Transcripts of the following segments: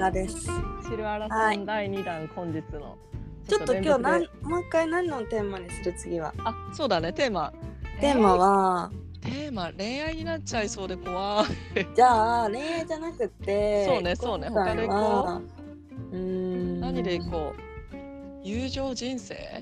原です。 シルアラさん第2弾、本日のちょっと今日もう一回何のテーマにする？次はそうだね、テーマは恋愛になっちゃいそうで怖いじゃあ恋愛じゃなくてそうね他でいこう。何でいこう？友情人生？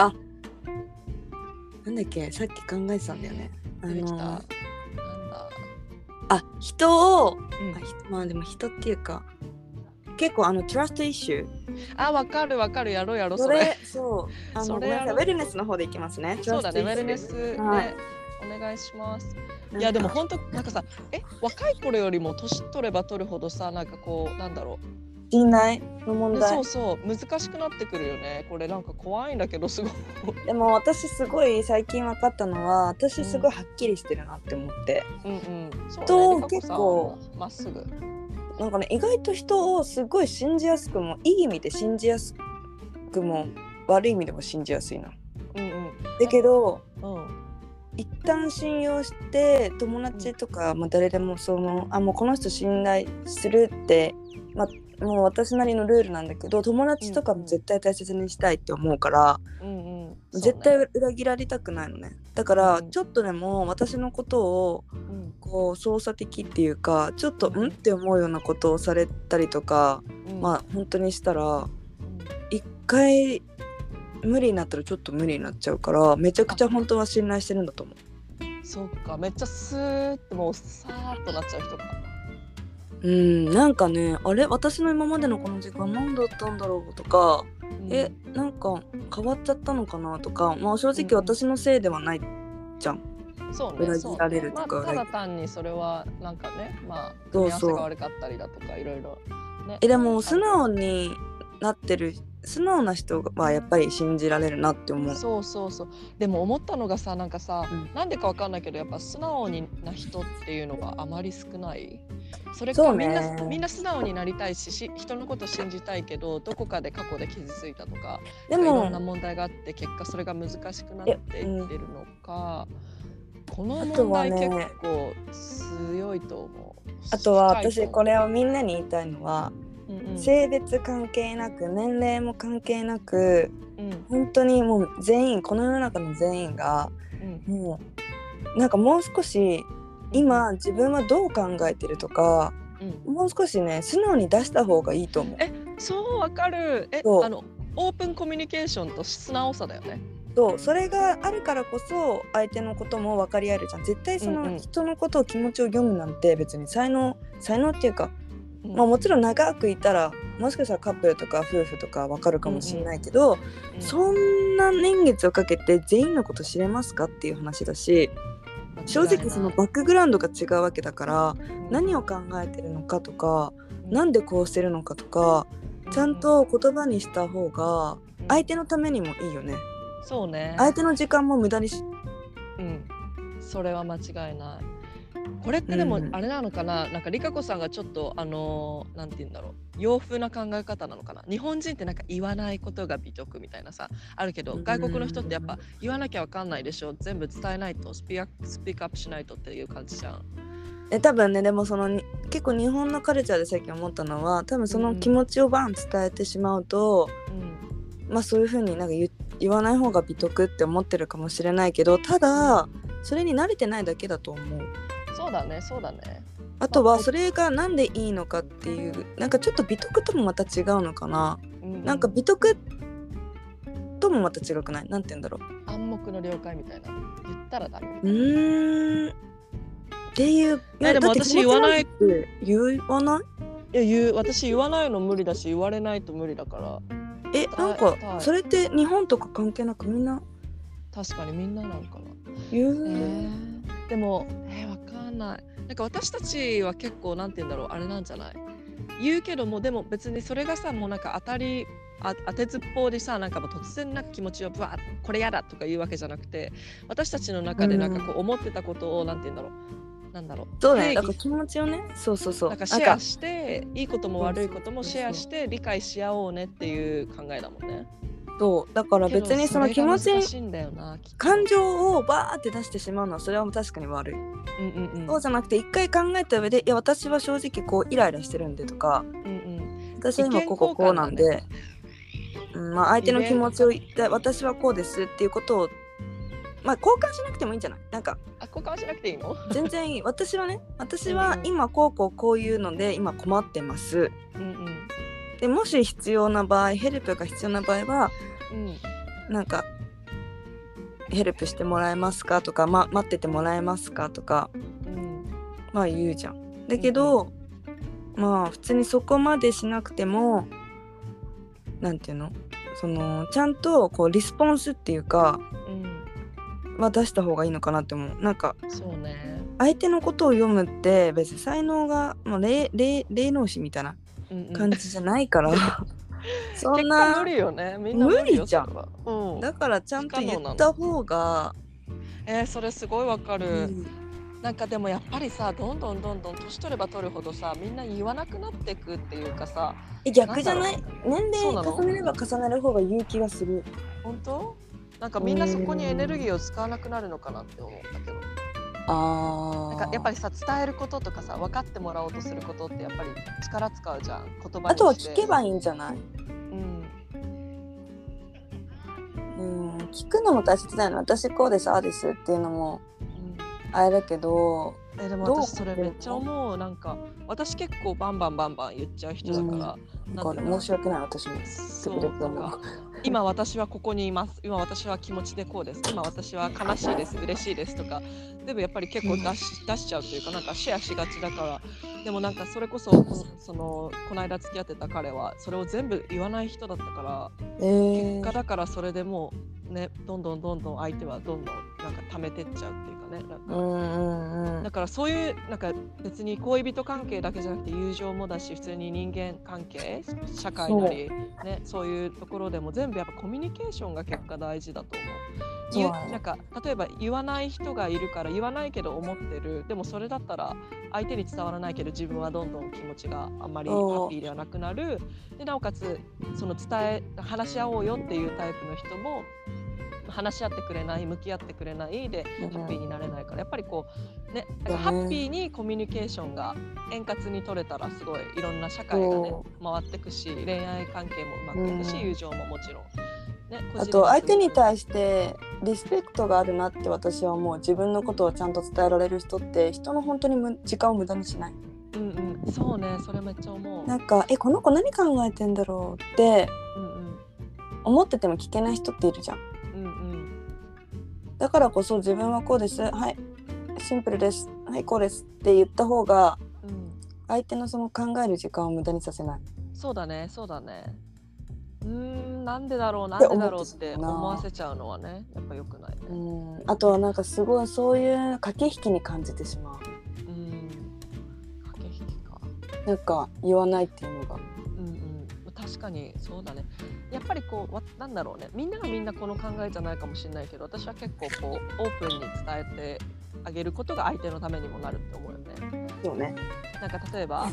なんだっけ、さっき考えてたんだよね。 出てきた。なんだ人を、 まあでも人っていうか結構トラストイシュー。 わかるやろうそれそうそれごめんなさい、ウェルネスの方でいきますね。 そうだね、ウェルネスでお願いします。いやでも本当なんかさ、若い頃よりも年取れば取るほどさ、なんかこうなんだろう、 信頼の問題。 そう難しくなってくるよね。これなんか怖いんだけどすごいでも私すごい最近分かったのは、私すごいはっきりしてるなって思って、 そうね、 結構まっすぐなんかね、意外と人をすごい信じやすくも、いい意味で信じやすくも悪い意味でも信じやすいな。だけど、一旦信用して友達とか、誰でももうこの人信頼するって、もう私なりのルールなんだけど、友達とかも絶対大切にしたいって思うから、絶対裏切られたくないのね。だから、ちょっとでも私のことをこう操作的っていうか、ちょっとって思うようなことをされたりとか、本当にしたら一回無理になったらちょっと無理になっちゃうから、めちゃくちゃ本当は信頼してるんだと思う。 そっか、めっちゃスーってもうさーっとなっちゃう人か。 なんかね、私の今までのこの時間何だったんだろうとか、なんか変わっちゃったのかなとか、正直私のせいではないじゃん。 そうね、 裏切られるとか、 ただ単にそれはなんかね、組み合わせが悪かったりだとかいろいろね。 でも素直になってる、素直な人はやっぱり信じられるなって思う。 そうでも思ったのがさ、なんかさ、なんでかわかんないけど、やっぱ素直な人っていうのがあまり少ない。それかみんな素直になりたいし、人のこと信じたいけど、どこかで過去で傷ついたとか、いろんな問題があって結果それが難しくなっていってるのか、この問題結構強いと思う。 あとは私これをみんなに言いたいのは、性別関係なく年齢も関係なく、本当にもう全員、この世の中の全員が、もうなんかもう少し今自分はどう考えてるとか、もう少しね素直に出した方がいいと思う。 そうわかる。オープンコミュニケーションと素直さだよね。 それがあるからこそ相手のことも分かり合えるじゃん。絶対その人のことを、気持ちを読むなんて別に才能っていうか、もちろん長くいたらもしかしたらカップルとか夫婦とか分かるかもしれないけど、そんな年月をかけて全員のこと知れますかっていう話だし、正直そのバックグラウンドが違うわけだから、何を考えてるのかとか、なんでこうしてるのかとか、ちゃんと言葉にした方が相手のためにもいいよね。 そうね。 相手の時間も無駄にそれは間違いない。これってでもあれなのかな、なんかリカ子さんがちょっとなんて言うんだろう、洋風な考え方なのかな。日本人ってなんか言わないことが美徳みたいなさあるけど、外国の人ってやっぱ言わなきゃわかんないでしょ、全部伝えないと、スピークアップしないとっていう感じじゃん。 多分ね。でも結構日本のカルチャーで最近思ったのは、多分その気持ちをバン伝えてしまうと、そういう風になんか言わない方が美徳って思ってるかもしれないけど、ただそれに慣れてないだけだと思う。 そうだね。 あとはそれがなんでいいのかっていう、なんかちょっと美徳ともまた違うのかな。なんか美徳ともまた違くない？なんて言うんだろう、 暗黙の了解みたいな、言ったらダメっていう。 でも私言わない。私言わないの無理だし、言われないと無理だから。 なんかそれって日本とか関係なくみんな、 確かにみんななのかな。でもわかんない。なんか私たちは結構なんて言うんだろう、あれなんじゃない、言うけども、でも別にそれがさ、もうなんか当てずっぽうでさ、なんかもう突然なんか気持ちをこれやだとか言うわけじゃなくて、私たちの中でなんかこう思ってたことをなんて言うんだろう、なんだろう、 そうね、なんか気持ちをね、 なんかシェアして、いいことも悪いこともシェアして理解し合おうねっていう考えだもんね。 だから別にその気持ち、感情をバーって出してしまうのはそれは確かに悪い。そうじゃなくて一回考えた上で、いや私は正直こうイライラしてるんでとか、 私は今こうなんで、まあ、相手の気持ちを言って私はこうですっていうことを、まあ、交換しなくてもいいんじゃない？なんか交換しなくていいの？ 全然いい。私は今こういうので今困ってます、でもし必要な場合ヘルプが必要な場合は、なんかヘルプしてもらえますかとか、待っててもらえますかとか、まあ言うじゃん。だけど、まあ普通にそこまでしなくてもなんていうの、ちゃんとこうリスポンスっていうか、出した方がいいのかなって思う。なんかそうね、 相手のことを読むって別に才能がもう霊能師みたいな感じじゃないから、そんな無理よね。みんな無理じゃん。だからちゃんと言った方がそれすごいわかる。なんかでもやっぱりさ、どんどん年取れば取るほどさ、みんな言わなくなっていくっていうかさ。 逆じゃない？年齢重ねれば重ねる方が言う気がする。 本当？なんかみんなそこにエネルギーを使わなくなるのかなって思ったけど。なんかやっぱりさ、伝えることとかさ、分かってもらおうとすることってやっぱり力使うじゃん、言葉にして。 あとは聞けばいいんじゃない？聞くのも大切だよね。私こうですああですっていうのもあれだけど、 でも私それめっちゃ思う。なんか私結構バンバン言っちゃう人だから、 申し訳ない。私も今私はここにいます、今私は気持ちでこうです、今私は悲しいです、嬉しいですとか全部やっぱり結構出しちゃうというか、なんかシェアしがちだから。でもなんかそれこそこの間付き合ってた彼はそれを全部言わない人だったから、結果だからそれでもうね、どんどん相手はどんどんなんか溜めてっちゃうっていうかね、なんかだからそういうなんか別に恋人関係だけじゃなくて友情もだし、普通に人間関係、社会なりね、そういうところでも全部やっぱコミュニケーションが結果大事だと思う。なんか例えば言わない人がいるから言わないけど思ってる、でもそれだったら相手に伝わらないけど自分はどんどん気持ちがあんまりハッピーではなくなる。でなおかつその話し合おうよっていうタイプの人も話し合ってくれない、向き合ってくれないでハッピーになれないから、やっぱりこうね、ハッピーにコミュニケーションが円滑に取れたらすごいいろんな社会がね回ってくし、恋愛関係もうまくいくし、友情ももちろんね。 あと相手に対してリスペクトがあるなって私は思う。自分のことをちゃんと伝えられる人って人の本当に時間を無駄にしない。 そうね、それめっちゃ思う。 なんかこの子何考えてんだろうって、思ってても聞けない人っているじゃん。だからこそ自分はこうです、はいシンプルです、はいこうですって言った方が、相手のその考える時間を無駄にさせない。 そうだね。なんでだろうって思わせちゃうのはね、やっぱ良くないね。 あとはなんかすごいそういう駆け引きに感じてしまう。 駆け引きか。 なんか言わないっていうのが。 確かにそうだね。やっぱりこうなんだろうね、みんながみんなこの考えじゃないかもしれないけど、私は結構こうオープンに伝えてあげることが相手のためにもなるって思うよね。 そうね。 なんか例えば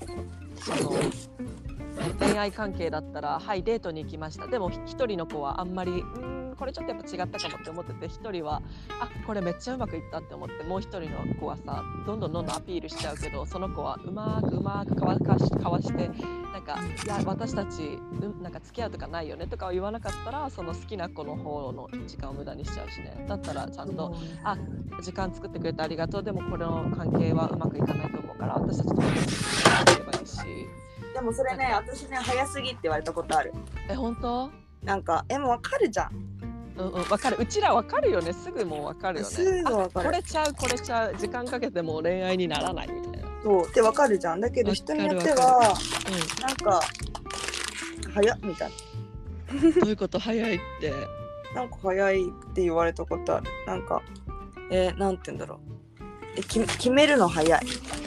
恋愛関係だったら、はいデートに行きました。でも一人の子はあんまりこれちょっとやっぱ違ったかもって思ってて、一人はこれめっちゃうまくいったって思って、もう一人の子はさどんどんアピールしちゃうけど、その子はうまくかわして、なんかいや私たちなんか付き合うとかないよねとかは言わなかったら、その好きな子の方の時間を無駄にしちゃうしね。だったらちゃんと時間作ってくれてありがとう、でもこの関係はうまくいかないと思うから私たちとも付き合えばいいし。 でもそれね、私ね早すぎって言われたことある。 本当？ なんかもう分かるじゃん。 分かる。うちら分かるよね。すぐもう分かるよね。 すぐ分かる。 これちゃう時間かけても恋愛にならないみたいな。 そうって分かるじゃん。だけど人によってはなんか早っみたいな。どういうこと？早いってなんか早いって言われたことある。なんかなんて言うんだろう、決めるの早い。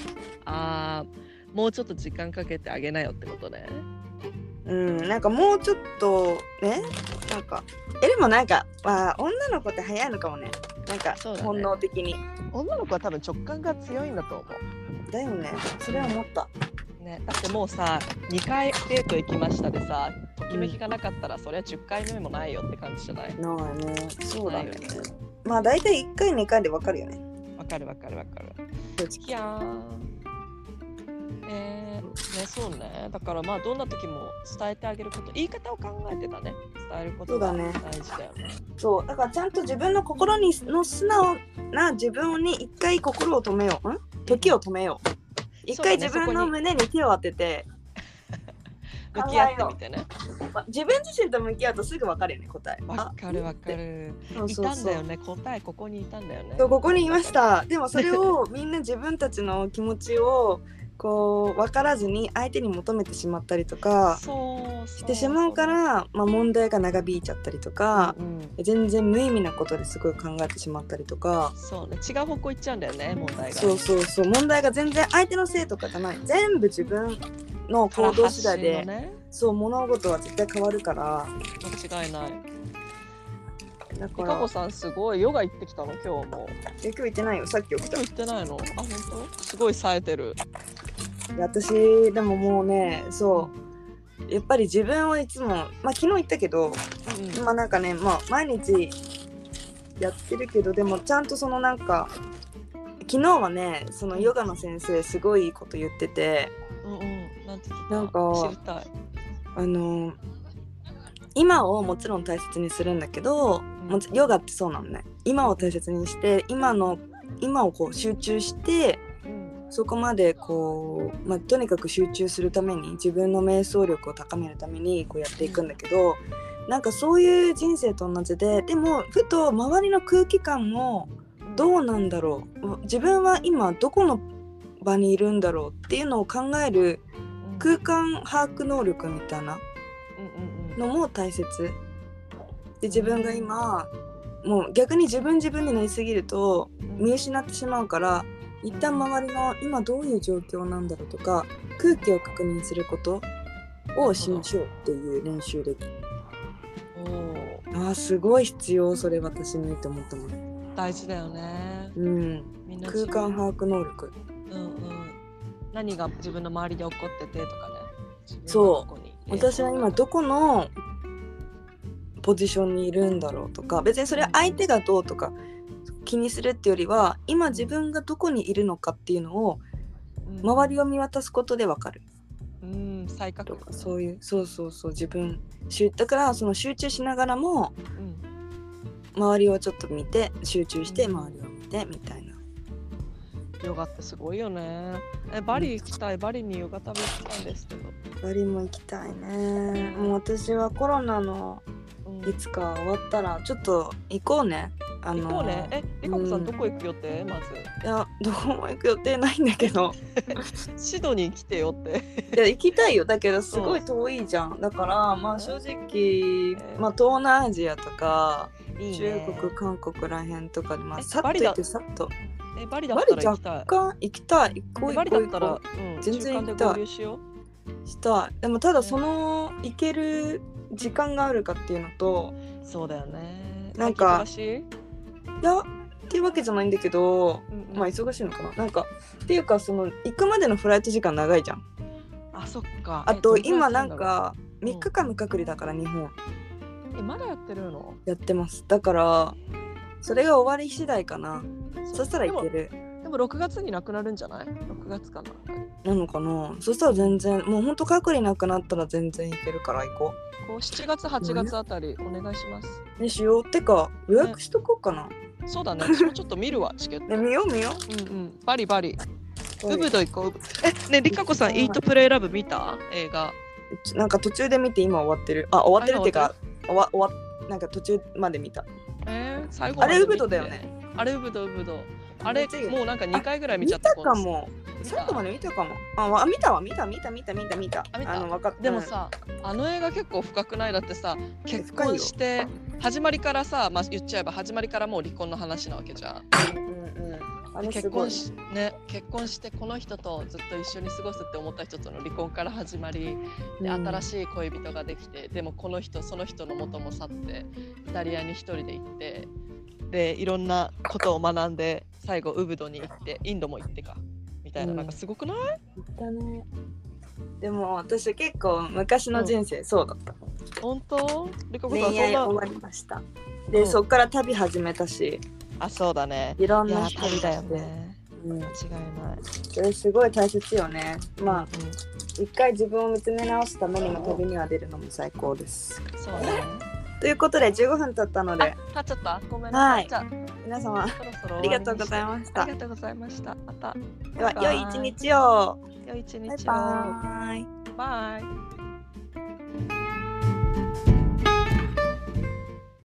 もうちょっと時間かけてあげなよってことね。 なんかもうちょっとね、なんかでもなんか女の子って早いのかもね。なんか本能的に、 女の子は多分直感が強いんだと思う。だよね。それは思った。 ね、だってもうさ2回デート行きましたでさ、ときめきがなかったらそれは10回目もないよって感じじゃない？ ないね。そうだね。まあ大体1回2回で分かるよね。 分かる。いやね、そうね。だからまあどんな時も伝えてあげること、言い方を考えてたね。伝えることが大事だよね。 そうだからちゃんと自分の心にの素直な自分に一回心を止めよう。時を止めよう。一回自分の胸に手を当てて向き合ってみてね。 自分自身と向き合うとすぐ分かるよね、答え。 分かる分かる。いたんだよね、答えここにいたんだよね。 そう、ここにいました。でもそれをみんな自分たちの気持ちをこう分からずに相手に求めてしまったりとかしてしまうから、まあ、問題が長引いちゃったりとか、全然無意味なことですごい考えてしまったりとか、 そうね、違う方向行っちゃうんだよね、問題が。 そう問題が全然相手のせいとかじゃない、全部自分の行動次第で、ね、そう物事は絶対変わるから。 間違いない。だからリカコさんすごいヨガ行ってきたの今日も。 今日行ってないよ、さっき起きた。 今日行ってないの？あ、本当？すごい冴えてる。 私でももうね、そうやっぱり自分をいつも、まあ昨日言ったけど、まあなんかね、まあ毎日やってるけど、でもちゃんとそのなんか昨日はね、そのヨガの先生すごいいいこと言ってて、なんか知りたい。 今をもちろん大切にするんだけど、ヨガってそうなのね。今を大切にして今をこう集中して、そこまでこう、まあ、とにかく集中するために自分の瞑想力を高めるためにこうやっていくんだけど、なんかそういう人生と同じで、でもふと周りの空気感もどうなんだろう、自分は今どこの場にいるんだろうっていうのを考える空間把握能力みたいなのも大切で、自分が今もう逆に自分になりすぎると見失ってしまうから、一旦周りの今どういう状況なんだろうとか空気を確認することをしましょうっていう練習で、すごい必要、それ私にって思ったもん。 大事だよね。 みんな空間把握能力。 何が自分の周りで起こっててとかね。 そう、私は今どこのポジションにいるんだろうとか、別にそれは相手がどうとか気にするっていうよりは、今自分がどこにいるのかっていうのを周りを見渡すことで分かる。 再確認。 そういう、そう自分だからその集中しながらも、周りをちょっと見て集中して周りを見てみたいな。 ヨガってすごいよね。バリ行きたい。バリにヨガ食べ行きたいんですけど。 バリも行きたいね。もう私はコロナのいつか終わったらちょっと行こうね。 行こうね。リカコさんどこ行く予定？まず。 いや、どこも行く予定ないんだけどシドニー来てよっていや、行きたいよ。だけどすごい遠いじゃん。だからまあ正直、まあ東南アジアとか中国、韓国らへんとかで、まあさっと行ってさっと。 バリだったら行きたい。 行きたい。 バリだったら全然行きたい。したい。でもただその行ける時間があるかっていうのと、 そうだよね。 なんかいやっていうわけじゃないんだけど、まあ忙しいのかな。なんかっていうか、その行くまでのフライト時間長いじゃん。 あ、そっか。 あと今なんか3日間の隔離だから日本。 まだやってるの？ やってます。だからそれが終わり次第かな。そしたらいける。 でも6月になくなるんじゃない？6月かな。 なのかな。そしたら全然、もうほんと隔離なくなったら全然いけるから行こう。 7月8月あたりお願いします。 ね、しよう。てか予約しとこうかな。 そうだね。私もちょっと見るわ、チケット。 見よう。 バリ。ウブド行こう。ね、リカコさん、イートプレイラブ見た？映画。 なんか途中で見て今終わってる。終わってるっていうか、なんか途中まで見た。 最後まで見て。 あれウブドだよね。 あれウブド。あれもうなんか2回ぐらい見ちゃった。 見たかも。最後まで見たかも。見た。分かった。 でもさ、あの映画結構深くない？だってさ、結婚して始まりからさ、まあ言っちゃえば始まりからもう離婚の話なわけじゃん。結婚してこの人とずっと一緒に過ごすって思った人との離婚から始まりで、新しい恋人ができて、でもこの人その人の元も去ってイタリアに一人で行って、でいろんなことを学んで最後ウブドに行ってインドも行ってかみたいな、なんかすごくない？ 行ったね。でも私結構昔の人生そうだった。 本当？ 恋愛終わりました。で、そっから旅始めたし。 そうだね。 いろんな人旅だよね。 間違いない。 それすごい大切よね。まあ、一回自分を見つめ直すためにも旅には出るのも最高です。 そうね。 ということで15分経ったので。 経っちゃった？ごめんなさい。じゃあ皆様そろそろありがとうございました。 ありがとうございました。また。 では良い一日を。 良い一日を。 バイバイ。 バイ。